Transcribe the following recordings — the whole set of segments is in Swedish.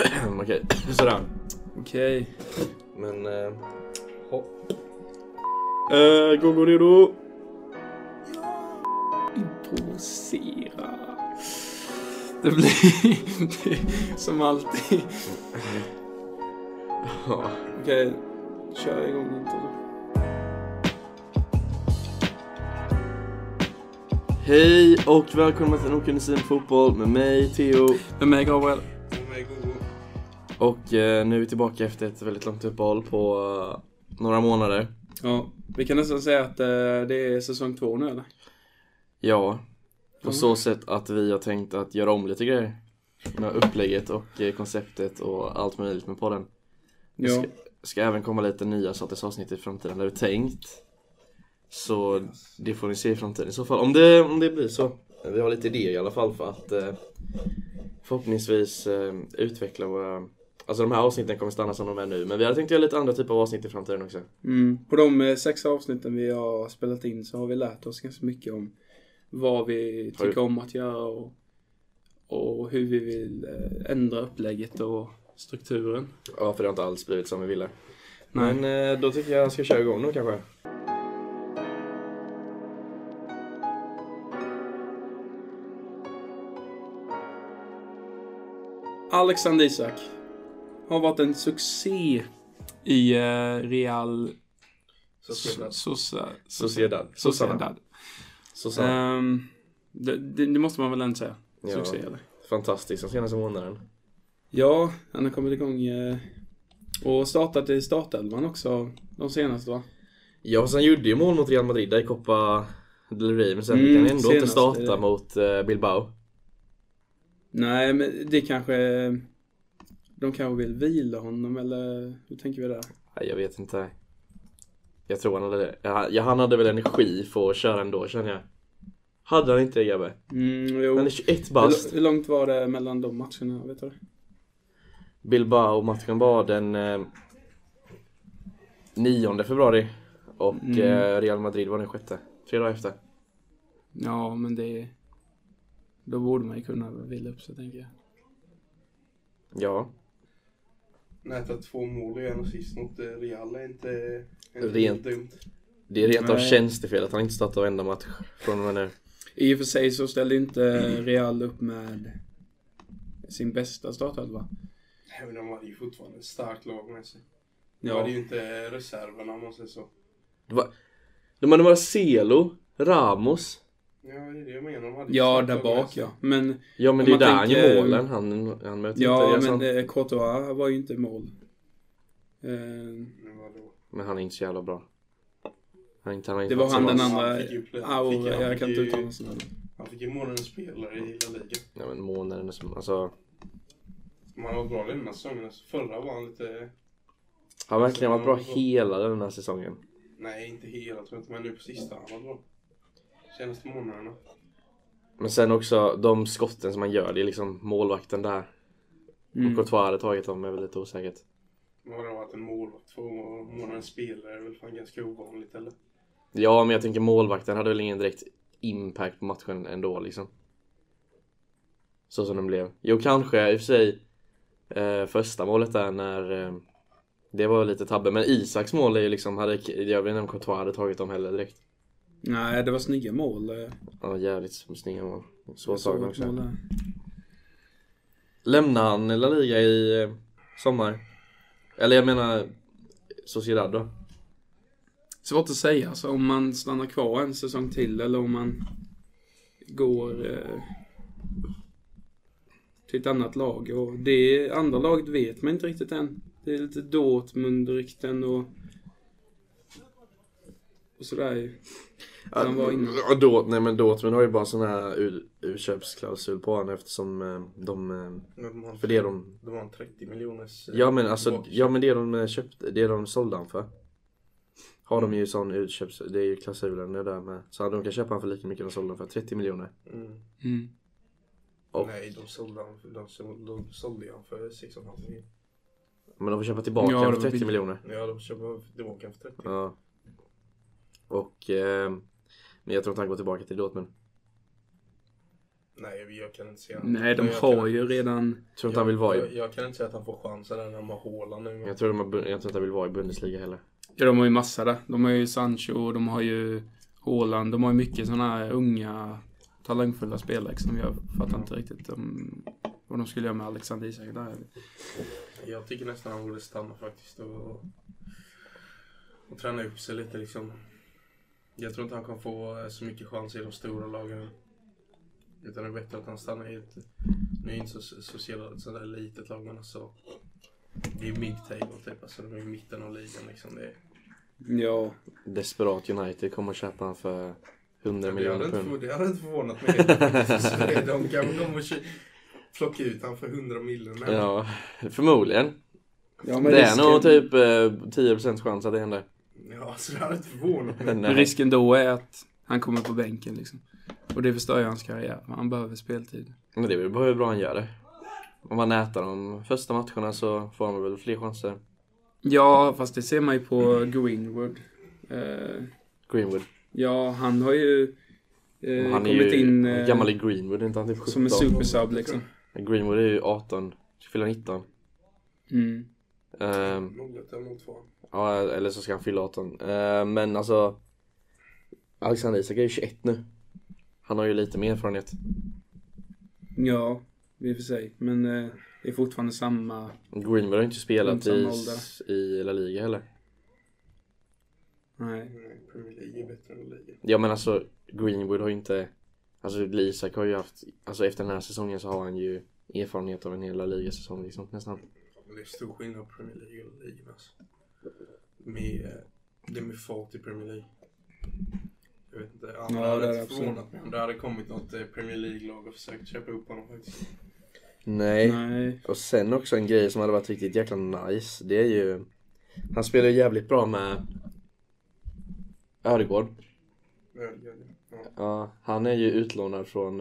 Okej, sådär. Okej. Men, hopp. Gå redo. Imposera. Det blir som alltid. Ja. Okej, kör igång inte. Hej och välkomna till Okunnisin fotboll med mig, Theo. Med mig, Gabriel. Och nu är vi tillbaka efter ett väldigt långt uppehåll på några månader. Ja, vi kan nästan säga att det är säsong 2 nu, eller? Ja, på så sätt att vi har tänkt att göra om lite grejer med upplägget och konceptet och allt möjligt med podden. Ja. Ska även komma lite nya sorters avsnitt i framtiden, där vi tänkt. Så det får ni se i framtiden i så fall. Om det blir så. Vi har lite idéer i alla fall för att förhoppningsvis utveckla våra... Alltså de här avsnitten kommer stanna som de är nu. Men vi hade tänkt göra lite andra typer av avsnitt i framtiden också. På de 6 avsnitten vi har spelat in så har vi lärt oss ganska mycket om vad vi tycker om att göra och hur vi vill ändra upplägget och strukturen. Ja, för det har inte alls blivit som vi ville. Nej. Men då tycker jag ska köra igång nu kanske. Alexander Isak har varit en succé i Real Sociedad. Det måste man väl ändå säga. Ja, Succé, eller? fantastiskt den senaste månaden. Ja, han har kommit igång och startat i startelvan också de senaste, va? Ja, så han gjorde ju mål mot Real Madrid där i Copa del Rey. Men sen kan han ändå inte starta mot Bilbao. Nej, men det kanske... De kanske vill vila honom, eller hur tänker vi där? Nej, jag vet inte. Jag tror han hade det. Ja, han hade väl energi för att köra ändå, känner jag. Hade han inte det, Gabbe? Jo. Han är 21 bast. Hur långt var det mellan de matcherna, vet du? Bilbao-matchen var den 9 februari. Och Real Madrid var den 6. 3 dagar efter. Ja, men det... Då borde man ju kunna vila upp sig, tänker jag. Ja. Näta 2 mål och en assist mot Real är inte Rent dumt. Det är rent av tjänstefel att han inte startar varenda match från och med nu. I och för sig så ställde inte Real upp med sin bästa startelva. Men de hade ju fortfarande ett starkt lag med sig. De Ja. hade ju inte reserverna, om man säger så. De hade bara Celo, Ramos. Ja, det är det jag menar. De hade ju Ja, starkt där lag med bak, sig. ja. Men Ja, men om det är man där han tänker- gör målen. Han möter ja, inte men Courtois var ju inte i mål. Men vadå? Men han är inte så jävla bra. Han är Det var han den andra... Han fick ju jag kan inte uttala sig. Han fick ju målen spelare i hela ligan. Ja, men månaden är som... Alltså... Man var bra denna säsongen. Förra var han lite... Han har verkligen varit bra hela den här säsongen. Nej, inte hela, tror jag inte. Men nu på sista han var bra. Senaste månaderna. Men sen också de skotten som han gör. Det är liksom målvakten där. Och Courtois hade tagit dem är väl lite osäkert. Men har det varit en målvakt 2 månader spelare är väl fan ganska ovanligt, eller? Ja, men jag tänker målvakten hade väl ingen direkt impact på matchen ändå liksom. Så som den blev. Jo, kanske i och för sig första målet där när det var lite tabbe. Men Isaks mål är ju liksom, jag vet inte om Courtois hade tagit dem heller direkt. Nej, det var snygga mål. Ja, jävligt snygga mål. Så tagna också. Mål där. Lämnar han La Liga i sommar? Eller jag menar Sociedad då? Svårt att säga, alltså, om man stannar kvar en säsong till eller om man går till ett annat lag. Och det andra laget vet man inte riktigt än. Det är lite Dortmund-rykten och sådär. Han var inne. Men Dortmund har ju bara sån här utköpsklausul på honom eftersom för det de har en 30 miljoners... ja men alltså men det de köpte, det de sålde han för har de ju sån utköps, det är ju klausulen det där med, så de kan köpa han för lika mycket de sålde han för 30 miljoner. Och, nej, de sålde han för 6,5 miljoner. men de får köpa tillbaka han för 30 miljoner. Ja, de får köpa tillbaka för 30. Ja. Och men jag tror inte han går tillbaka till Dortmund. Nej, jag kan inte se honom. Nej, de har ju redan... Tror inte han vill vara i... Jag kan inte säga att han får chansen när de har Haaland nu. Jag tror inte han vill vara i Bundesliga heller. Ja, de har ju massa där. De har ju Sancho, de har ju Haaland. De har ju mycket sådana här unga, talangfulla spelare som jag fattar inte riktigt vad de skulle göra med Alexander Isak där. Jag tycker nästan han borde stanna faktiskt och träna upp sig lite liksom. Jag tror inte han kan få så mycket chans i de stora lagen. Utan det är bättre att han stannar i ett... Nu är inte så där litet lag, men alltså... Det är mid-table typ, alltså de är i mitten av ligan liksom. Det är... Ja. Desperat United kommer att köpa han för 100 miljoner pund. Det hade inte förvånat mig. De kommer att plocka ut han för 100 miljoner. Ja, förmodligen. Ja, men det är nog typ 10% chans att det händer. Ja, så det hade inte förvånat mig. Men risken då är att han kommer på bänken liksom. Och det förstör ju hans karriär. Han behöver speltid. Men det är väl bara hur bra han gör det. Om man nätar de första matcherna så får han väl fler chanser. Ja, fast det ser man ju på Greenwood. Greenwood? Ja, han har ju han kommit är ju in... gammal i Greenwood, inte han typ 17. Som en supersub liksom. Greenwood är ju 18, fyller 19. Mm. Ja, eller så ska han fylla 18. Men alltså... Alexander Isak är ju 21 nu. Han har ju lite mer erfarenhet. Ja, i och för sig. Men det är fortfarande samma... Greenwood har inte spelat i La Liga heller. Nej. Premier League är bättre än La Liga. Ja, men alltså Greenwood har ju inte... Alltså Isak har ju haft... Alltså efter den här säsongen så har han ju erfarenhet av en hel La Liga-säsong liksom, nästan. Ja, men det är stor skillnad på Premier League och La Liga alltså. Det är med fart i Premier League. Jag vet inte, det hade inte förvånat mig om det hade kommit något Premier League-lag och försökt köpa upp honom faktiskt. Nej. Och sen också en grej som hade varit riktigt jäkla nice. Det är ju... Han spelar ju jävligt bra med Ödegård. Ja, han är ju utlånad från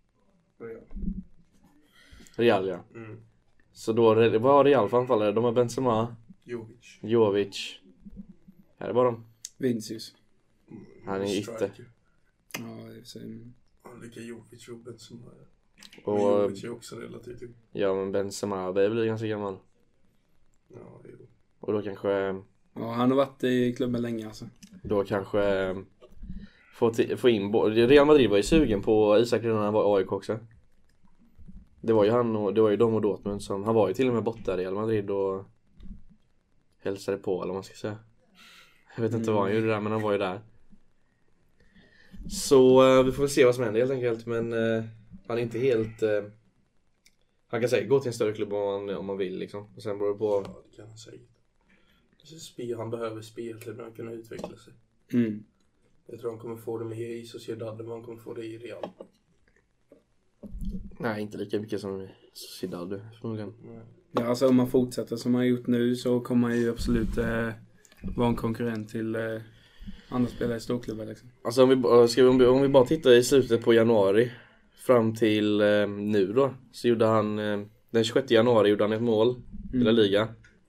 Real, ja. Mm. Så då var Real framfallare. De har Benzema, Jovic. Här är bara de. Vinicius. Han är ytter. Ja, det är så. Han lika Jovic och Benzema. Och Jovic är också relativt. Ja, men Benzema blir ganska gammal. Ja, jo. Och då kanske... Ja, han har varit i klubben länge alltså. Då kanske få in... Real Madrid var ju sugen på Isak redan när han var AIK också. Det var ju han och det var ju de och Dortmund som... Han var ju till och med borta i Real Madrid och hälsade på, eller vad man ska säga. Jag vet inte vad han gjorde där, men han var ju där. Så vi får väl se vad som händer helt enkelt. Men han är inte helt... han kan säga gå till en större klubb om man vill liksom. Och sen beror det på... Ja, det kan han säga. Han behöver speltid när han kan utveckla sig. Mm. Jag tror han kommer få det med i Sociedad, men han kommer få det i Real. Nej, inte lika mycket som i Sociedad förmodligen. Ja, alltså om man fortsätter som han gjort nu så kommer han ju absolut vara en konkurrent till andra spelare i storklubbar liksom. Alltså om vi bara tittar i slutet på januari fram till nu då, så gjorde han den 26 januari gjorde han ett mål i La Liga.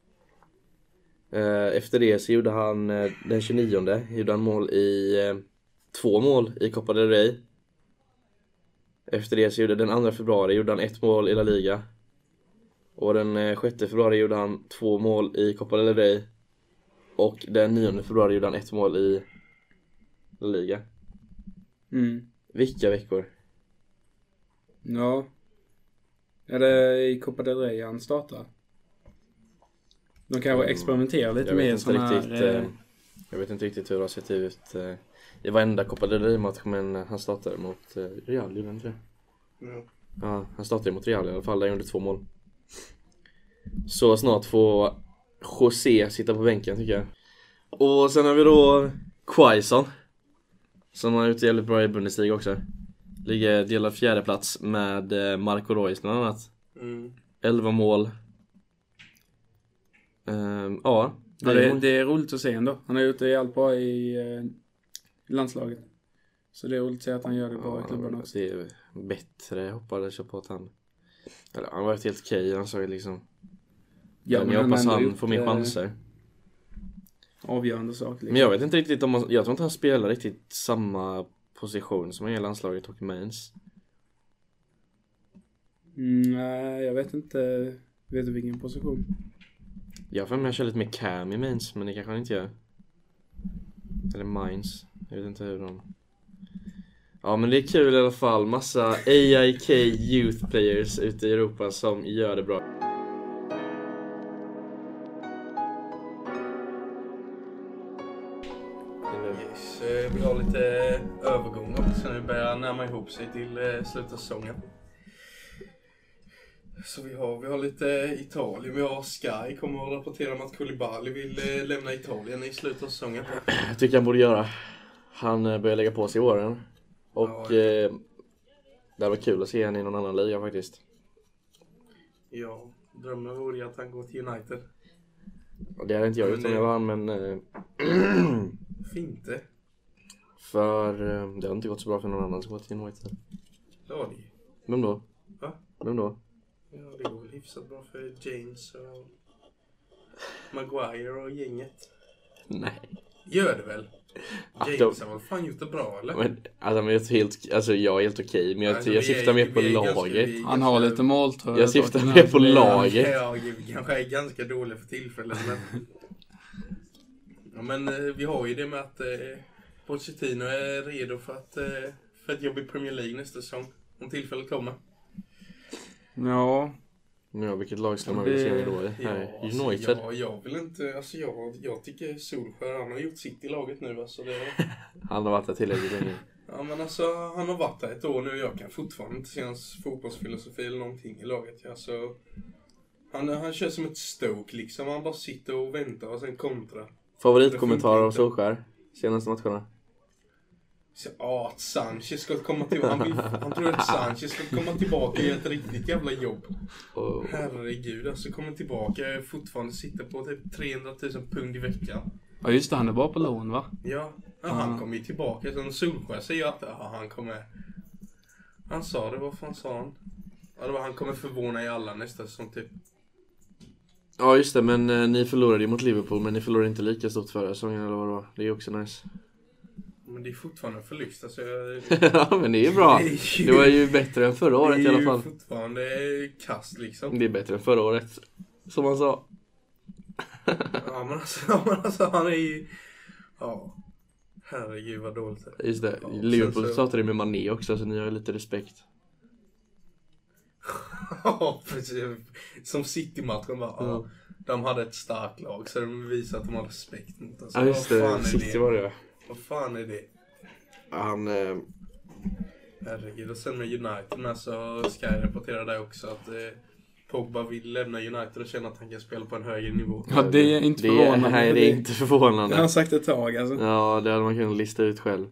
Efter det så gjorde han den 29 gjorde han mål i 2 mål i Copa del Rey. Efter det så gjorde den 2 februari gjorde han 1 mål i La Liga. Och den 6 februari gjorde han 2 mål i Copa del Rey. Och den 9 februari gjorde han 1 mål i La Liga. Vilka veckor? Ja. Är det i Copa del Rey han startar? De kanske experimenterar lite mer såna här... Jag vet inte riktigt hur det har sett ut i varenda Copa del Rey-match, men han startade mot Real, gjorde han inte det? Ja, han startade mot Real i alla fall, där gjorde 2 mål. Så snart får José sitta på bänken tycker jag. Och sen har vi då Quaison, som har gjort jävligt bra i Bundesliga också. Delar 4:e plats med Marco Reus bland annat. 11 mål. Ja, det är roligt att se ändå. Han har gjort det allt bra i landslaget. Så det är roligt att se att han gör det bra i klubben också. Det är bättre, jag hoppades på att han... Eller, han var helt okej, han sa ju liksom... Ja, men jag hoppas han får mer chanser. Avgörande sak liksom. Men jag vet inte riktigt om jag tror inte han spelar riktigt samma position som han är i landslaget och Mainz. Nej, jag vet inte. Vet du vilken position? Jag får mig jag kör lite mer Cam i Mainz, men det kanske han inte gör. Eller Mainz. Jag vet inte hur de... Ja, men det är kul i alla fall. Massa AIK Youth Players ute i Europa som gör det bra. Yes, vi har lite övergångar så nu börjar närma ihop sig till slutet av säsongen. Så vi har lite Italien. Vi har Sky kommer att rapportera om att Koulibaly vill lämna Italien i slutet av säsongen. Jag tycker han borde göra. Han börjar lägga på sig i åren. Och det var kul att se han i någon annan liga faktiskt. Ja, drömmen vore att han går till United. Och det hade inte jag gjort om jag vann, men... Varför inte? För det har inte gått så bra för någon annan som gått till United. Ja, det. Vem då? Va? Vem då? Ja, det går väl hyfsat bra för James och Maguire och gänget. Nej. Gör det väl? James har väl fan gjort det bra, eller? Men, alltså, jag är helt okej, men jag syftar mer på laget. Han har lite mål, tror jag syftar mer på laget. Ja, vi kanske är ganska dåliga för tillfället, men... Ja, men vi har ju det med att Pochettino är redo för ett jobb i Premier League nästa säsong. Om tillfället kommer. Ja. Ja, vilket lag ska man vilja se då? United. Ja, jag vill inte, alltså jag tycker Solskjaer, han har gjort sitt i laget nu, alltså det... Han har varit där tillräckligt länge. Ja, men alltså han har varit där ett år nu och jag kan fortfarande inte se hans fotbollsfilosofi eller någonting i laget. Alltså, han kör som ett Stoke liksom, han bara sitter och väntar och sen kontra. Favoritkommentarer av Solskjaer senaste matcherna? Ja, att Sanchez ska komma tillbaka. Han tror att Sanchez ska komma tillbaka i ett riktigt jävla jobb. Herregud, alltså kommer tillbaka fortfarande sitter på typ 300 000 pund i veckan. Ja just det, han är bara på lån va? Ja, han kommer ju tillbaka. Sen Solskjaer säger att han kommer... Han sa det, vad fan sa han? Ja, det var han kommer förvåna i alla nästa säsong typ. Ja just det, men ni förlorade ju mot Liverpool, men ni förlorade inte lika stort förra säsongen eller vad det var. Det är också nice. Men det är fortfarande en förlust alltså ja men det är bra. Det var ju bättre än förra året i alla fall. Det är ju fortfarande kast liksom. Det är bättre än förra året, som man sa. Ja men alltså han är ju... Ja, herregud vad dåligt. Just det, ja, Liverpool startade med Mané också, så ni har lite respekt. Ja precis. Som City-matchen var. De hade ett starkt lag så de visade att de hade respekt mot oss. Ja just det, City var det. Vad fan är det? Han... Herregud, och sen med United med så ska jag rapportera där också att Pogba vill lämna United och känna att han kan spela på en högre nivå. Ja, det är inte förvånande. Nej, det är inte förvånande. Det har han sagt ett tag alltså. Ja, det hade man kunnat lista ut själv.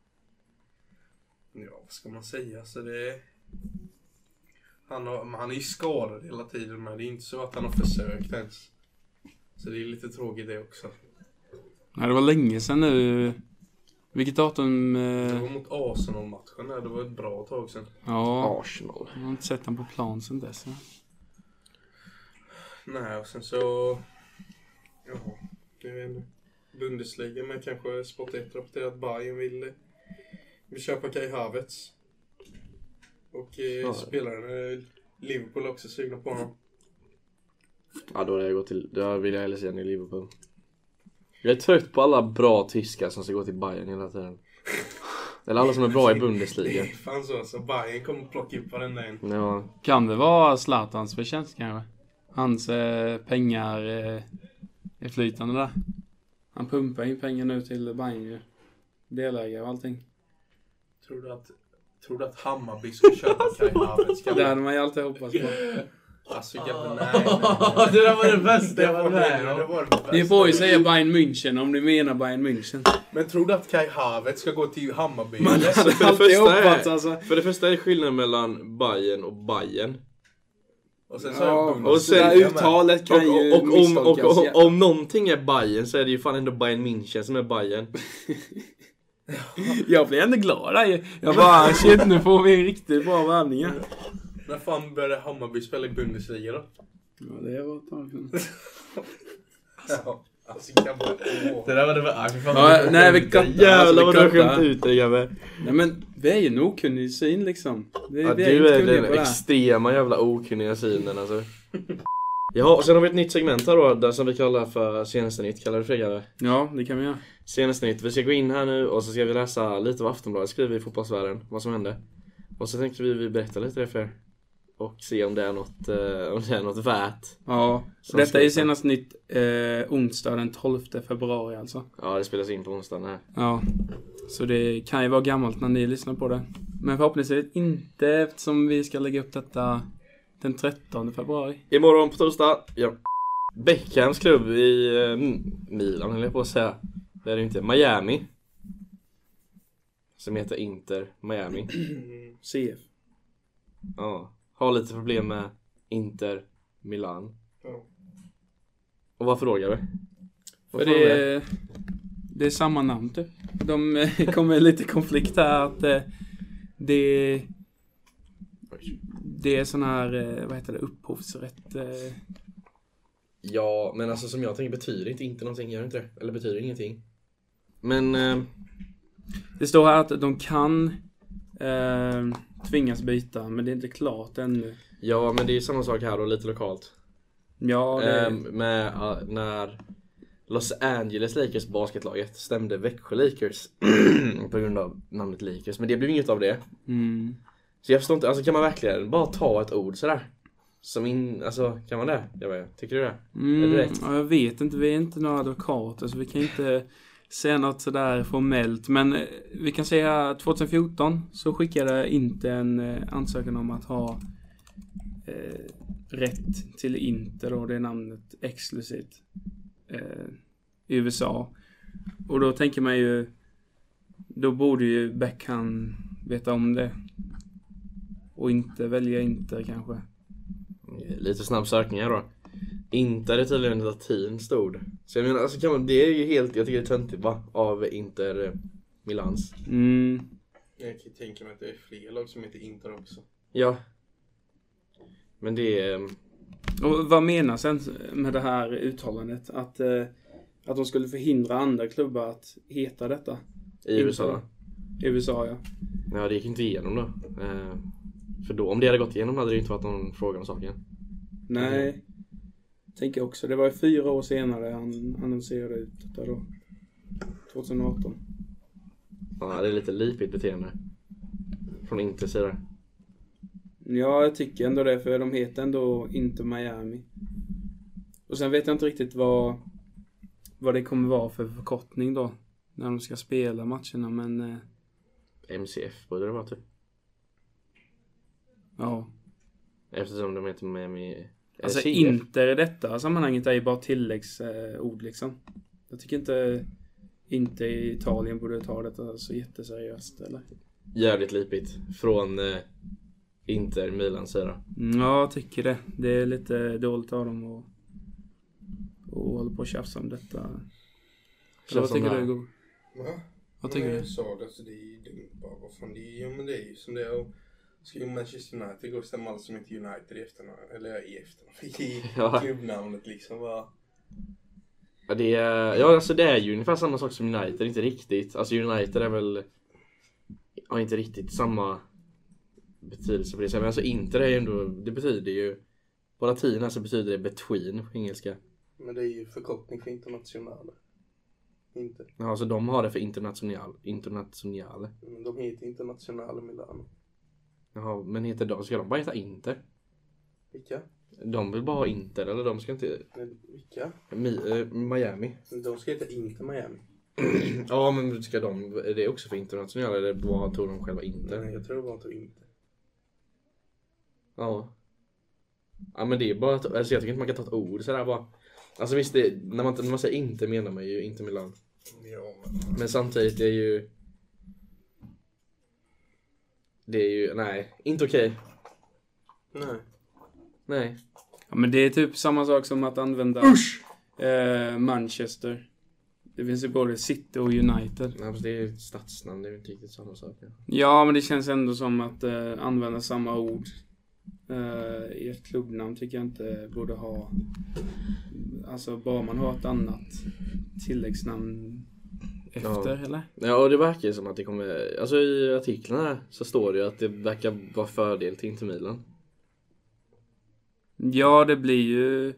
Ja, vad ska man säga? Så det... Han är ju skadad hela tiden, men det är inte så att han har försökt ens. Så det är lite tråkigt det också. Nej, det var länge sedan nu. Vilket datum? Det var mot Arsenal-matchen där. Det var ett bra tag sedan. Ja, Arsenal. Jag har inte sett han på plan sedan dess. Ja. Nej, och sen så... Ja, jag vet inte. Bundesliga, men kanske Sport 1 rapporterar att Bayern vill köpa Kai Havertz. Och spelaren Liverpool också sugna på honom. Ja, då hade jag gått till... Då vill jag hellre se i Liverpool. Jag är trött på alla bra tyskar som ska gå till Bayern hela tiden. Eller alla som är bra i Bundesliga. Fan så Bayern kommer plocka upp varenda en. Ja. Kan det vara Zlatans förtjänst kanske? Hans pengar är flytande där. Han pumpar in pengar nu till Bayern. Delägare och allting. Tror du att Hammarby ska köpa Kai Havertz? Det hade man ju alltid hoppats på. Alltså nej. Det där var det bästa jag var med. Ni får ju säga Bayern München om ni menar Bayern München. Men tror du att Kai Havertz ska gå till Hammarby? För det första är skillnaden mellan Bayern och Bayern. Och sen så och sen uttalet kan ju om någonting är Bayern så är det ju fan ändå Bayern München som är Bayern. Jag blir ändå glad där. Jag bara, shit, nu får vi riktigt bra värvningar. När fan började Hammarby spela i Bundesliga då? Ja, det var ett tag sedan. Ja. Alltså gamla. Det där var det var nej, vi kan jävlar vad du har skämt ut dig, Gabbe. Nej, men vi är ju en okunnig syn liksom. Vi Ja, är du är den extrema jävla okunniga synen alltså. Ja, och sen har vi ett nytt segment här då, där som vi kallar för senaste nytt. Kallar du för det, Gabbe? Ja, det kan vi göra. Senaste nytt. Vi ska gå in här nu och så ska vi läsa lite vad Aftonbladet skriver i fotbollsvärlden, vad som hände. Och så tänkte vi berätta lite det för er. Och se om det är något värt. Ja, detta är senast nytt onsdag den 12 februari alltså. Ja, det spelas in på onsdagen här. Ja, så det kan ju vara gammalt när ni lyssnar på det. Men förhoppningsvis inte, eftersom vi ska lägga upp detta den 13 februari. Imorgon på torsdag, ja. Beckhams klubb i Milan, höll jag på att säga. Det är det inte, Miami. Som heter Inter Miami. CF. Ja, har lite problem med Inter Milan. Ja. Och varför då, Gabbe? För det är samma namn typ. De kommer lite konflikt här att det är sån här, vad heter det, upphovsrätt. Ja, men alltså som jag tänker betyder inte någonting, gör inte det? Eller betyder ingenting. Men det står här att de kan tvingas byta, men det är inte klart ännu. ja, men det är ju samma sak här då, lite lokalt. Ja, det med när Los Angeles Lakers basketlaget stämde Växjö Lakers på grund av namnet Lakers, men det blev inget av det. Så jag förstår inte, alltså kan man verkligen bara ta ett ord sådär? Alltså kan man det? Tycker du det? Är det rätt? Ja, jag vet inte, vi är inte några advokater så vi kan inte säga något sådär formellt, men vi kan säga 2014 så skickade inte en ansökan om att ha rätt till Inter, och det är namnet exklusivt i USA. Och då tänker man ju, då borde ju Beckham veta om det och inte välja Inter kanske. Lite snabb sökning här då. Inter är tydligen ett latinskt ord. Så jag menar, alltså det är ju helt, jag tycker det är töntigt va? Av Inter Milans. Jag kan tänka mig att det är fler lag som heter Inter också. Ja. Men det är... Och vad menas sen med det här uttalandet? Att de skulle förhindra andra klubbar att heta detta? I USA? I USA, ja. Ja, det gick inte igenom då. För då, om det hade gått igenom hade det inte varit någon fråga om saken. Nej, tänker också. Det var 4 år senare han annonserade ut detta då. 2018. Ja, det är lite lipigt beteende. Från Inter sida. Ja, jag tycker ändå det. För de heter ändå Inter Miami. Och sen vet jag inte riktigt vad det kommer vara för förkortning då. När de ska spela matcherna, men... MCF borde det vara typ. Ja. Eftersom de heter Miami... Alltså Inter i detta sammanhanget är ju bara tilläggsord liksom. Jag tycker inte i Italien borde ta detta så jätteseriöst, eller? Jävligt lipigt. Från Inter Milan sida. Ja, jag tycker det. Det är lite dåligt av dem och hålla på och tjafsa om detta. Så vad tycker du, Igor? Va? Vad tycker du? Jag sa det, alltså det är bara, vad fan, men det är ju som det är. Ska ju Manchester United gå och stämma allt som inte United i efternamn, eller i klubbnamnet liksom, va? Ja, det är ju ungefär samma sak som United, inte riktigt. Alltså United är väl inte riktigt samma betydelse på det. Men alltså Inter är ju ändå, det betyder ju på latin så betyder det between på engelska. Men det är ju förkortning för internationella. Inte. Ja, så de har det för internationale. Men de heter Internationale Milano. Jaha, men ska de bara heta Inter? Vilka? De vill bara ha Inter, eller de ska inte... Vilka? Miami. De ska heta Inter Miami. Ja, men ska de... Är det också för internationella, eller bara tog de själva Inter? Nej, jag tror bara tog Inter. Ja. Ja, men det är bara... Alltså jag tycker inte man kan ta ett ord sådär bara... Alltså visst, när man säger Inter menar man ju Inter Milan. Ja, men samtidigt det är ju... Nej, inte okej. Nej. Ja, men det är typ samma sak som att använda Manchester. Det finns ju både City och United. Nej, det är ett stadsnamn, det är inte riktigt samma sak. Ja, men det känns ändå som att använda samma ord i ett klubbnamn tycker jag inte borde ha alltså bara man har ett annat tilläggsnamn efter, eller? Ja, och det verkar ju som att det kommer... Alltså i artiklarna här så står det ju att det verkar vara fördel till Inter Milan. Ja, det blir ju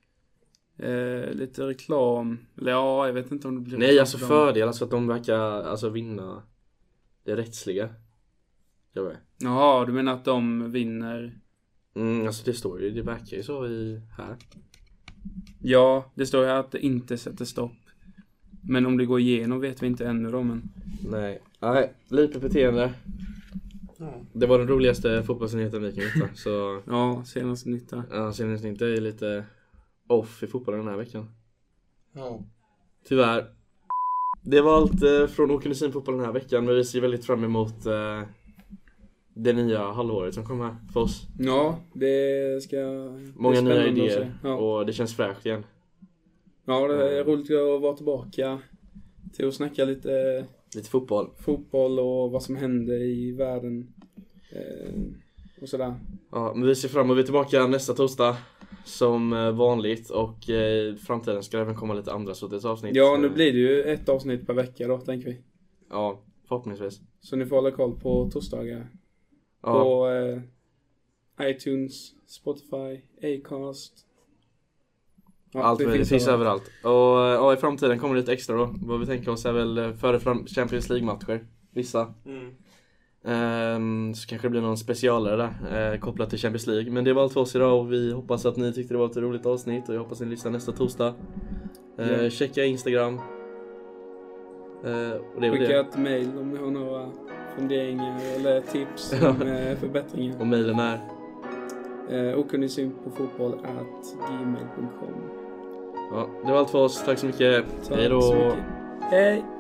lite reklam. Eller ja, jag vet inte om det blir... Nej, alltså fördel, alltså att de verkar alltså vinna det rättsliga. Jag vet. Jaha, du menar att de vinner... Alltså det står ju, det verkar ju så här. Ja, det står ju att det inte sätter stopp. Men om det går igenom vet vi inte ännu då, men... Nej, lite beteende. Det var den roligaste fotbollsnyheten vi kan hitta, så... Ja, senaste nytta. Ja, senaste nytta är lite off i fotbollen den här veckan. Ja. Tyvärr. Det var allt från Åkernusin fotboll den här veckan, men vi ser väldigt fram emot det nya halvåret som kommer för oss. Ja, det ska... Många nya idéer, och det känns fräscht igen. Ja, det är roligt att vara tillbaka till att snacka lite fotboll och vad som händer i världen och sådär. Ja, men vi ser fram emot, vi är tillbaka nästa torsdag som vanligt, och i framtiden ska det även komma lite andra sorters avsnitt. Ja, nu blir det ju ett avsnitt per vecka då, tänker vi. Ja, förhoppningsvis. Så ni får hålla koll på torsdagar. Ja. På iTunes, Spotify, Acast. Ja, allt det finns överallt. Och i framtiden kommer det lite extra då. Vad vi tänker oss är väl före Champions League-matcher. Vissa. Så kanske det blir någon specialare där kopplat till Champions League. Men det var allt för oss idag, och vi hoppas att ni tyckte det var ett roligt avsnitt. Och jag hoppas att ni lyssnar nästa torsdag. Checka Instagram. Och det skicka ett mail om ni har några funderingar eller tips om förbättringar. Och mailen är okunnigsynpåfotboll@gmail.com. Ja, det var allt för oss. Tack så mycket. Hej då. Hej.